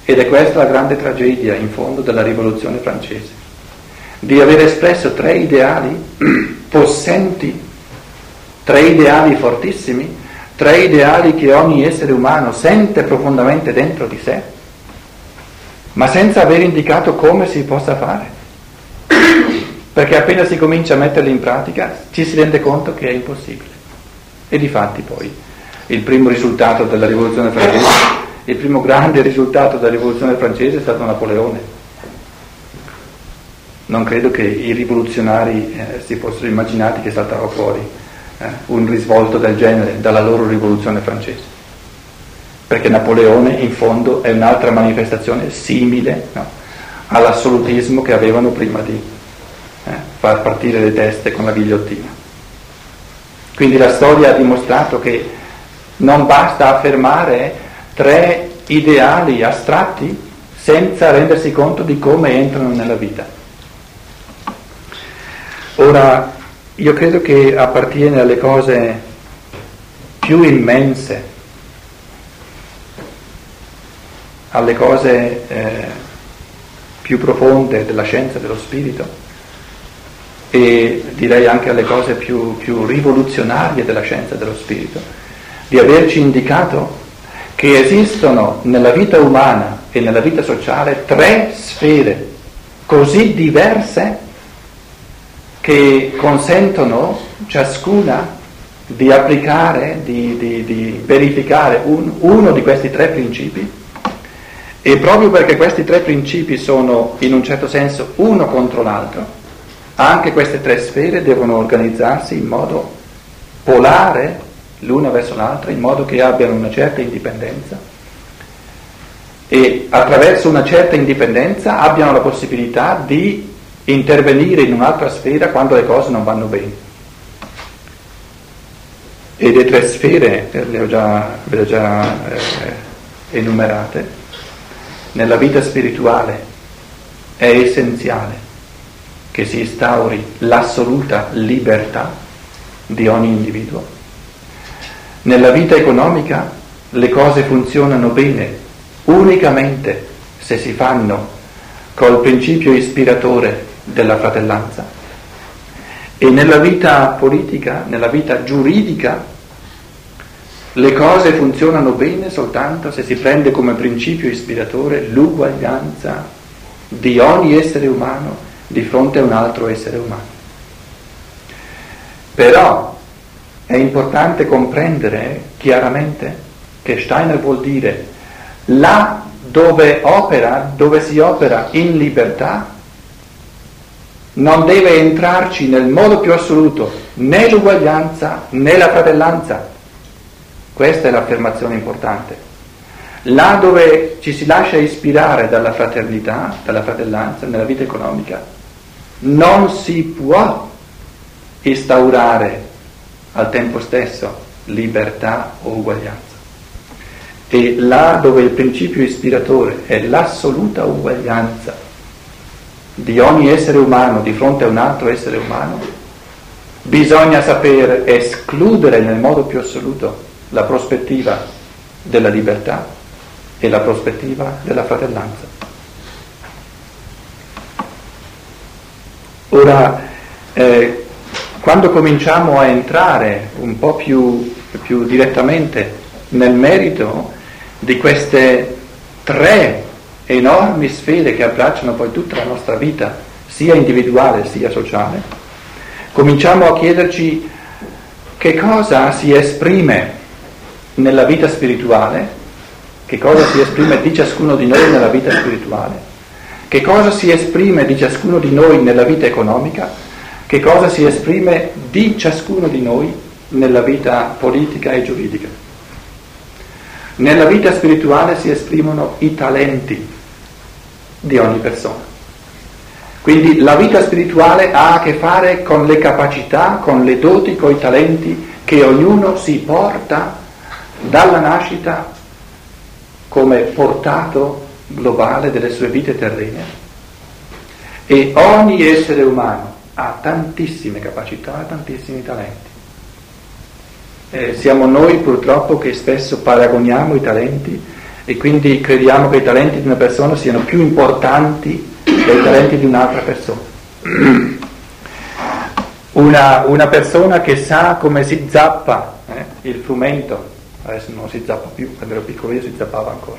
Ed è questa la grande tragedia, in fondo, della rivoluzione francese, di aver espresso tre ideali possenti, tre ideali fortissimi, tre ideali che ogni essere umano sente profondamente dentro di sé, ma senza aver indicato come si possa fare. Perché appena si comincia a metterli in pratica ci si rende conto che è impossibile. E difatti poi il primo risultato della rivoluzione francese, il primo grande risultato della rivoluzione francese è stato Napoleone. Non credo che i rivoluzionari si fossero immaginati che saltava fuori un risvolto del genere dalla loro rivoluzione francese, perché Napoleone in fondo è un'altra manifestazione simile, no, all'assolutismo che avevano prima di far partire le teste con la ghigliottina. Quindi la storia ha dimostrato che non basta affermare tre ideali astratti senza rendersi conto di come entrano nella vita. Ora, io credo che appartiene alle cose più immense, alle cose più profonde della scienza dello spirito, e direi anche alle cose più rivoluzionarie della scienza dello spirito, di averci indicato che esistono nella vita umana e nella vita sociale tre sfere così diverse che consentono ciascuna di applicare, di verificare uno di questi tre principi, e proprio perché questi tre principi sono in un certo senso uno contro l'altro, anche queste tre sfere devono organizzarsi in modo polare l'una verso l'altra, in modo che abbiano una certa indipendenza e attraverso una certa indipendenza abbiano la possibilità di intervenire in un'altra sfera quando le cose non vanno bene. E le tre sfere ve le ho già enumerate. Nella vita spirituale è essenziale che si instauri l'assoluta libertà di ogni individuo. Nella vita economica le cose funzionano bene unicamente se si fanno col principio ispiratore della fratellanza, e nella vita politica, nella vita giuridica, le cose funzionano bene soltanto se si prende come principio ispiratore l'uguaglianza di ogni essere umano di fronte a un altro essere umano. Però è importante comprendere chiaramente che Steiner vuol dire là dove si opera in libertà, non deve entrarci nel modo più assoluto né l'uguaglianza né la fratellanza. Questa è l'affermazione importante. Là dove ci si lascia ispirare dalla fraternità, dalla fratellanza nella vita economica, non si può instaurare al tempo stesso libertà o uguaglianza. E là dove il principio ispiratore è l'assoluta uguaglianza di ogni essere umano di fronte a un altro essere umano, bisogna saper escludere nel modo più assoluto la prospettiva della libertà e la prospettiva della fratellanza. Ora, quando cominciamo a entrare un po' più direttamente nel merito di queste tre enormi sfere che abbracciano poi tutta la nostra vita, sia individuale sia sociale, cominciamo a chiederci che cosa si esprime nella vita spirituale, che cosa si esprime di ciascuno di noi nella vita spirituale, che cosa si esprime di ciascuno di noi nella vita economica, che cosa si esprime di ciascuno di noi nella vita politica e giuridica. Nella vita spirituale si esprimono i talenti di ogni persona. Quindi la vita spirituale ha a che fare con le capacità, con le doti, con i talenti che ognuno si porta dalla nascita come portato globale delle sue vite terrene, e ogni essere umano ha tantissime capacità, tantissimi talenti. Siamo noi purtroppo che spesso paragoniamo i talenti e quindi crediamo che i talenti di una persona siano più importanti dei talenti di un'altra persona. Una persona che sa come si zappa il frumento, adesso non si zappa più, quando ero piccolo io si zappava ancora,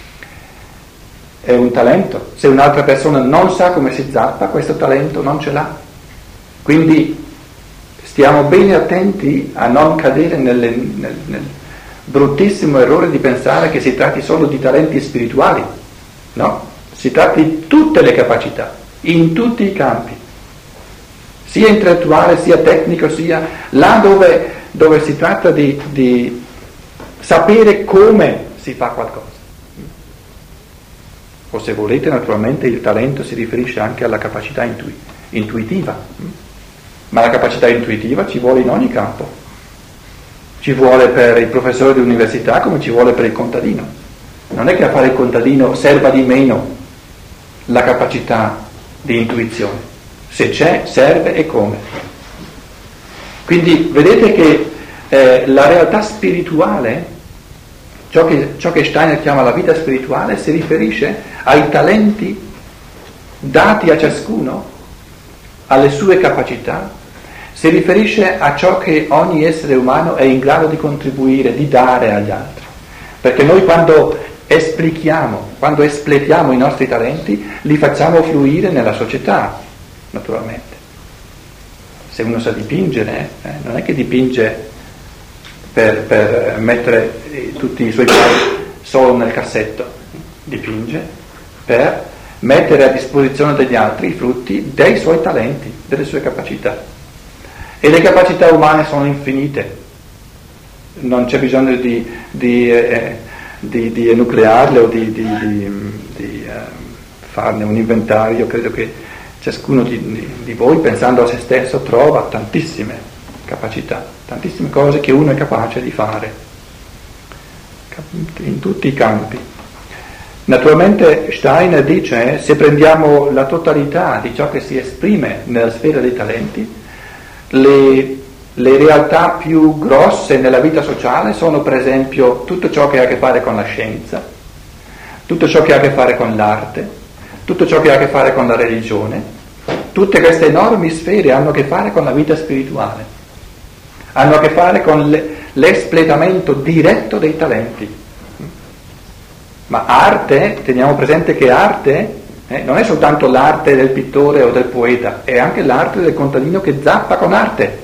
è un talento. Se un'altra persona non sa come si zappa, questo talento non ce l'ha. Quindi stiamo bene attenti a non cadere nel bruttissimo errore di pensare che si tratti solo di talenti spirituali. No, si tratta di tutte le capacità, in tutti i campi, sia intellettuale, sia tecnico, sia là dove si tratta di sapere come si fa qualcosa. O se volete, naturalmente, il talento si riferisce anche alla capacità intuitiva, ma la capacità intuitiva ci vuole in ogni campo, ci vuole per il professore di università come ci vuole per il contadino. Non è che a fare il contadino serva di meno la capacità di intuizione, se c'è, serve e come. Quindi vedete che la realtà spirituale, ciò che Steiner chiama la vita spirituale, si riferisce ai talenti dati a ciascuno, alle sue capacità, si riferisce a ciò che ogni essere umano è in grado di contribuire, di dare agli altri. Perché noi quando espletiamo i nostri talenti, li facciamo fluire nella società, naturalmente. Se uno sa dipingere, non è che dipinge per mettere tutti i suoi quadri solo nel cassetto, dipinge per mettere a disposizione degli altri i frutti dei suoi talenti, delle sue capacità. E le capacità umane sono infinite, non c'è bisogno di enuclearle o di farne un inventario. Credo che ciascuno di voi, pensando a se stesso, trova tantissime capacità, tantissime cose che uno è capace di fare in tutti i campi. Naturalmente Steiner dice, se prendiamo la totalità di ciò che si esprime nella sfera dei talenti, le realtà più grosse nella vita sociale sono per esempio tutto ciò che ha a che fare con la scienza, tutto ciò che ha a che fare con l'arte, tutto ciò che ha a che fare con la religione. Tutte queste enormi sfere hanno a che fare con la vita spirituale, hanno a che fare con l'espletamento diretto dei talenti. Ma arte, teniamo presente che arte non è soltanto l'arte del pittore o del poeta, è anche l'arte del contadino che zappa con arte.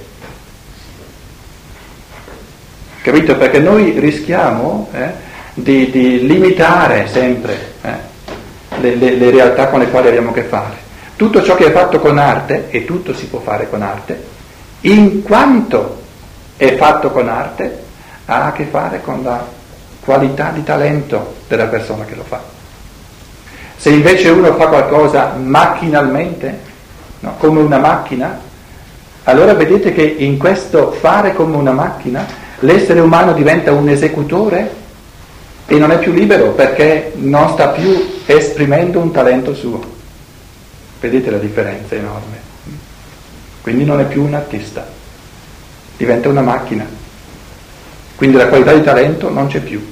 Capito? Perché noi rischiamo di limitare sempre le realtà con le quali abbiamo a che fare. Tutto ciò che è fatto con arte, e tutto si può fare con arte, in quanto è fatto con arte, ha a che fare con la qualità di talento della persona che lo fa. Se invece uno fa qualcosa macchinalmente, no, come una macchina, allora vedete che in questo fare come una macchina l'essere umano diventa un esecutore e non è più libero, perché non sta più esprimendo un talento suo. Vedete la differenza enorme. Quindi non è più un artista, diventa una macchina. Quindi la qualità di talento non c'è più.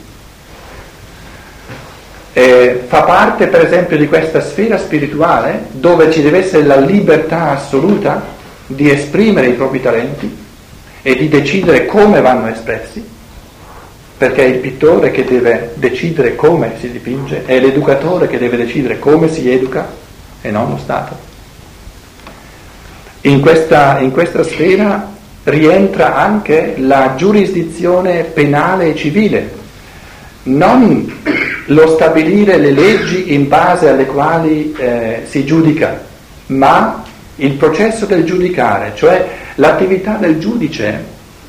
Fa parte per esempio di questa sfera spirituale dove ci deve essere la libertà assoluta di esprimere i propri talenti e di decidere come vanno espressi, perché è il pittore che deve decidere come si dipinge, è l'educatore che deve decidere come si educa e non lo Stato. In questa sfera rientra anche la giurisdizione penale e civile, non lo stabilire le leggi in base alle quali si giudica, ma il processo del giudicare, cioè l'attività del giudice.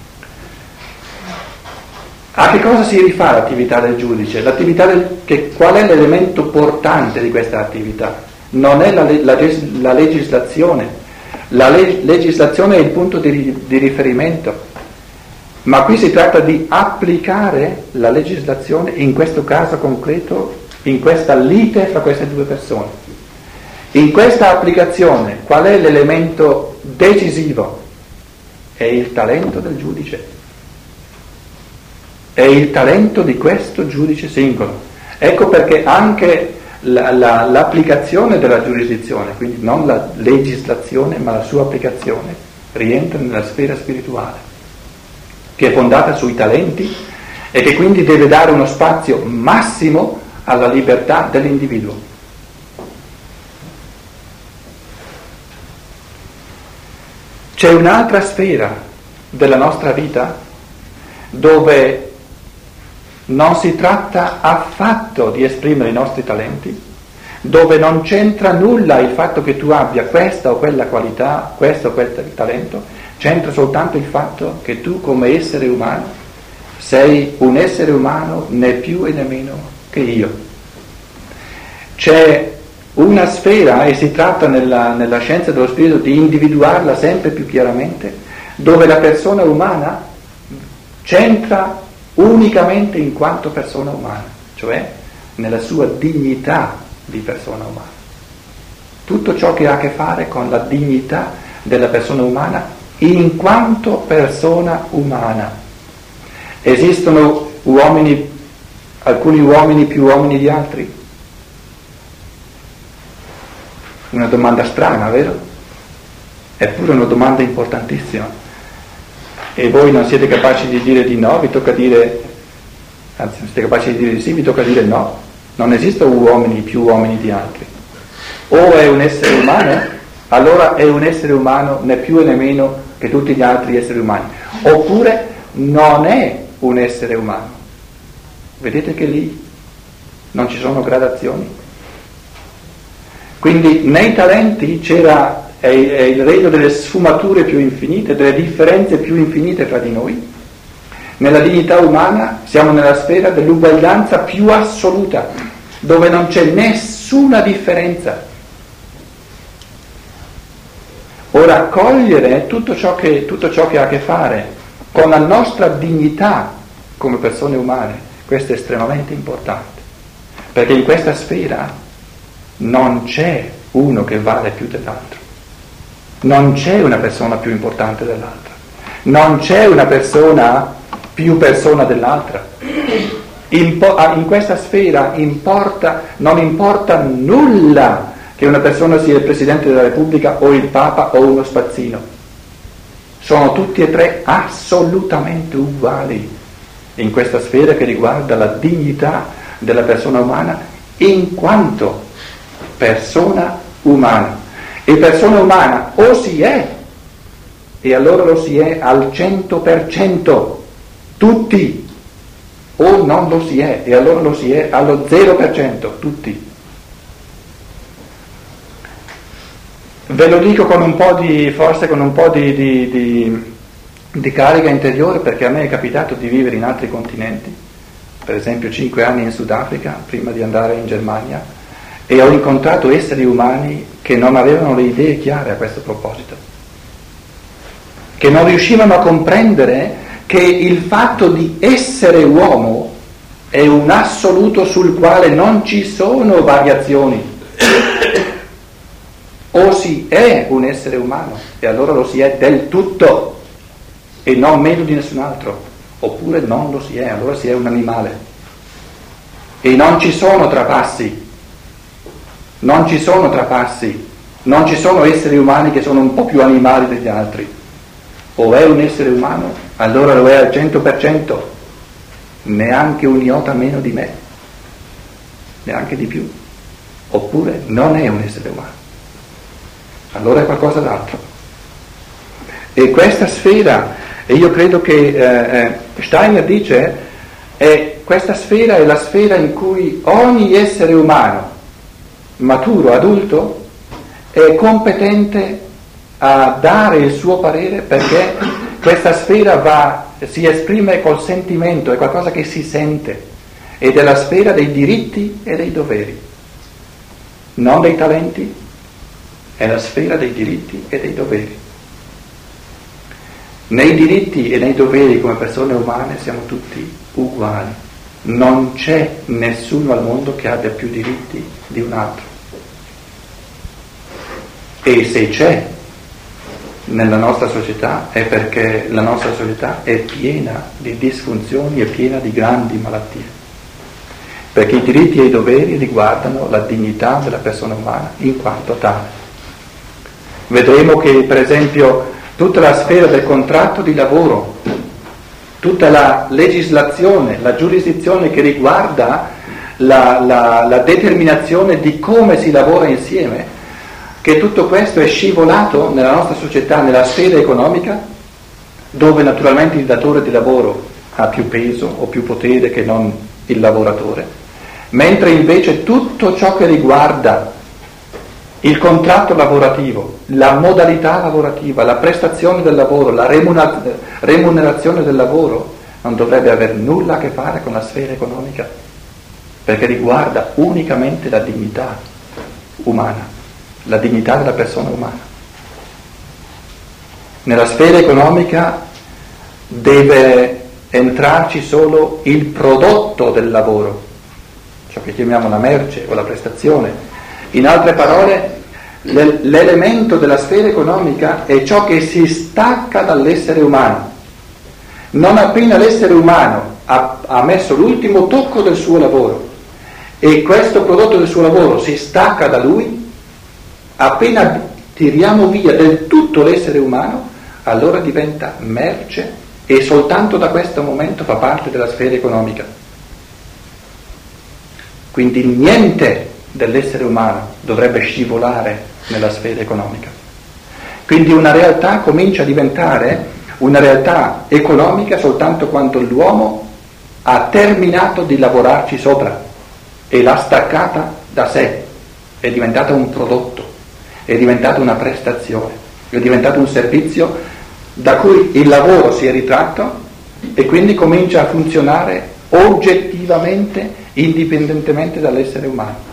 A che cosa si rifà l'attività del giudice? Qual è l'elemento portante di questa attività? Non è la legislazione. La legislazione è il punto di riferimento. Ma qui si tratta di applicare la legislazione, in questo caso concreto, in questa lite fra queste due persone. In questa applicazione, qual è l'elemento decisivo? È il talento del giudice. È il talento di questo giudice singolo. Ecco perché anche l'applicazione della giurisdizione, quindi non la legislazione ma la sua applicazione, rientra nella sfera spirituale, che è fondata sui talenti e che quindi deve dare uno spazio massimo alla libertà dell'individuo. C'è un'altra sfera della nostra vita dove non si tratta affatto di esprimere i nostri talenti, dove non c'entra nulla il fatto che tu abbia questa o quella qualità, questo o quel talento, c'entra soltanto il fatto che tu come essere umano sei un essere umano né più e né meno che io. C'è una sfera, e si tratta nella scienza dello spirito di individuarla sempre più chiaramente, dove la persona umana c'entra unicamente in quanto persona umana, cioè nella sua dignità di persona umana. Tutto ciò che ha a che fare con la dignità della persona umana in quanto persona umana. Esistono uomini, alcuni uomini più uomini di altri? Una domanda strana, vero? Eppure una domanda importantissima. E voi non siete capaci di dire di no, vi tocca dire, anzi non siete capaci di dire di sì, vi tocca dire no. Non esistono uomini più uomini di altri. O è un essere umano, allora è un essere umano né più né meno che tutti gli altri esseri umani. Oppure non è un essere umano. Vedete che lì non ci sono gradazioni. Quindi nei talenti è il regno delle sfumature più infinite, delle differenze più infinite fra di noi. Nella dignità umana siamo nella sfera dell'uguaglianza più assoluta, dove non c'è nessuna differenza. Ora, cogliere tutto ciò che ha a che fare con la nostra dignità come persone umane, questo è estremamente importante, perché in questa sfera non c'è uno che vale più dell'altro, non c'è una persona più importante dell'altra, non c'è una persona più persona dell'altra. In questa sfera non importa nulla che una persona sia il Presidente della Repubblica o il Papa o uno spazzino, sono tutti e tre assolutamente uguali in questa sfera che riguarda la dignità della persona umana in quanto persona umana. E persona umana o si è, e allora lo si è al 100%, tutti, o non lo si è, e allora lo si è allo 0%, tutti. Ve lo dico con un po' di carica interiore, perché a me è capitato di vivere in altri continenti, per esempio 5 anni in Sudafrica prima di andare in Germania, e ho incontrato esseri umani che non avevano le idee chiare a questo proposito, che non riuscivano a comprendere che il fatto di essere uomo è un assoluto sul quale non ci sono variazioni. O si è un essere umano e allora lo si è del tutto e non meno di nessun altro, oppure non lo si è, allora si è un animale. E non ci sono trapassi, non ci sono esseri umani che sono un po' più animali degli altri. O è un essere umano, allora lo è al 100%, neanche un iota meno di me, neanche di più. Oppure non è un essere umano, allora è qualcosa d'altro. E questa sfera, e io credo che Steiner dice, questa sfera è la sfera in cui ogni essere umano maturo, adulto, è competente a dare il suo parere, perché questa sfera si esprime col sentimento, è qualcosa che si sente, ed è la sfera dei diritti e dei doveri, non dei talenti, è la sfera dei diritti e dei doveri. Nei diritti e nei doveri come persone umane siamo tutti uguali, non c'è nessuno al mondo che abbia più diritti di un altro. E se c'è nella nostra società è perché la nostra società è piena di disfunzioni e piena di grandi malattie. perché i diritti e i doveri riguardano la dignità della persona umana in quanto tale. Vedremo che, per esempio, tutta la sfera del contratto di lavoro, tutta la legislazione, la giurisdizione che riguarda la determinazione di come si lavora insieme, che tutto questo è scivolato nella nostra società, nella sfera economica, dove naturalmente il datore di lavoro ha più peso o più potere che non il lavoratore, mentre invece tutto ciò che riguarda il contratto lavorativo, la modalità lavorativa, la prestazione del lavoro, la remunerazione del lavoro, non dovrebbe avere nulla a che fare con la sfera economica, perché riguarda unicamente la dignità umana, la dignità della persona umana. Nella sfera economica deve entrarci solo il prodotto del lavoro, ciò che chiamiamo la merce o la prestazione. In altre parole, l'elemento della sfera economica è ciò che si stacca dall'essere umano. Non appena l'essere umano ha messo l'ultimo tocco del suo lavoro e questo prodotto del suo lavoro si stacca da lui, appena tiriamo via del tutto l'essere umano, allora diventa merce e soltanto da questo momento fa parte della sfera economica. Quindi niente dell'essere umano dovrebbe scivolare nella sfera economica. Quindi una realtà comincia a diventare una realtà economica soltanto quando l'uomo ha terminato di lavorarci sopra e l'ha staccata da sé, è diventata un prodotto, è diventata una prestazione, è diventato un servizio da cui il lavoro si è ritratto e quindi comincia a funzionare oggettivamente, indipendentemente dall'essere umano.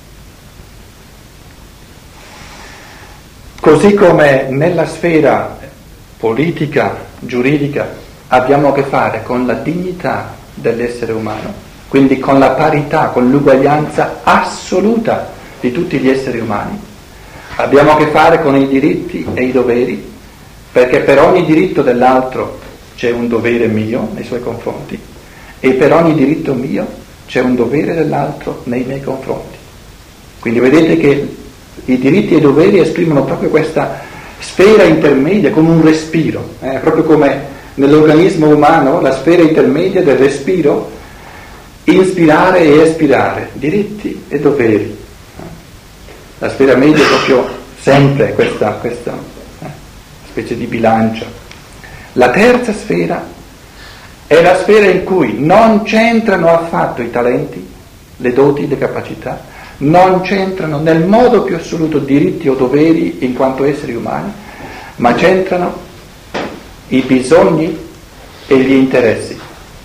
Così come nella sfera politica, giuridica, abbiamo a che fare con la dignità dell'essere umano, quindi con la parità, con l'uguaglianza assoluta di tutti gli esseri umani. Abbiamo a che fare con i diritti e i doveri, perché per ogni diritto dell'altro c'è un dovere mio nei suoi confronti e per ogni diritto mio c'è un dovere dell'altro nei miei confronti. Quindi vedete che i diritti e i doveri esprimono proprio questa sfera intermedia come un respiro, proprio come nell'organismo umano la sfera intermedia del respiro, inspirare e espirare, diritti e doveri. La sfera media è proprio sempre questa specie di bilancia. La terza sfera è la sfera in cui non c'entrano affatto i talenti, le doti, le capacità, non c'entrano nel modo più assoluto diritti o doveri in quanto esseri umani, ma c'entrano i bisogni e gli interessi.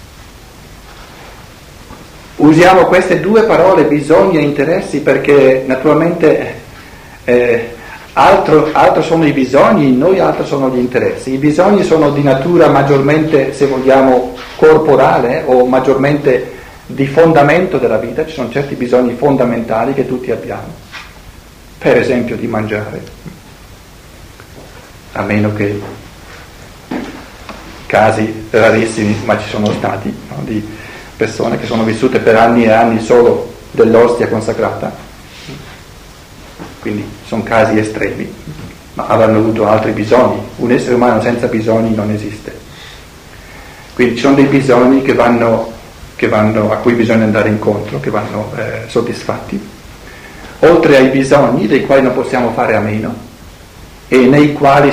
Usiamo queste due parole, bisogni e interessi, perché naturalmente altro sono i bisogni, in noi altro sono gli interessi. I bisogni sono di natura maggiormente, se vogliamo, corporale o maggiormente di fondamento della vita. Ci sono certi bisogni fondamentali che tutti abbiamo, per esempio di mangiare, a meno che casi rarissimi, ma ci sono stati, no, di persone che sono vissute per anni e anni solo dell'ostia consacrata, quindi sono casi estremi, ma avranno avuto altri bisogni. Un essere umano senza bisogni non esiste. Quindi ci sono dei bisogni a cui bisogna andare incontro, che vanno soddisfatti, oltre ai bisogni dei quali non possiamo fare a meno e nei quali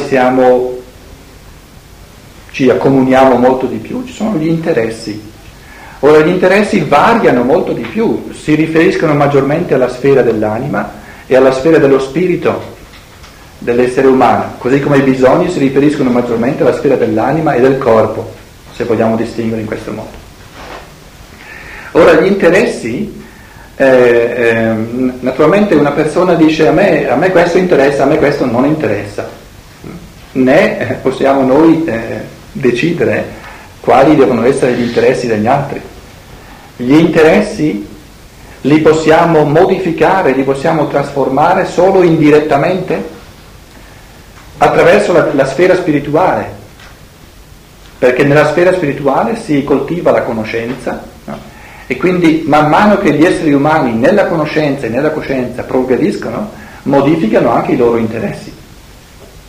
ci accomuniamo molto di più, ci sono gli interessi. Ora, gli interessi variano molto di più, si riferiscono maggiormente alla sfera dell'anima e alla sfera dello spirito dell'essere umano, così come i bisogni si riferiscono maggiormente alla sfera dell'anima e del corpo, se vogliamo distinguere in questo modo. Ora, gli interessi, naturalmente una persona dice a me questo interessa, a me questo non interessa, né possiamo noi decidere quali devono essere gli interessi degli altri. Gli interessi li possiamo modificare, li possiamo trasformare solo indirettamente attraverso la sfera spirituale, perché nella sfera spirituale si coltiva la conoscenza, no? E quindi man mano che gli esseri umani nella conoscenza e nella coscienza progrediscono, modificano anche i loro interessi.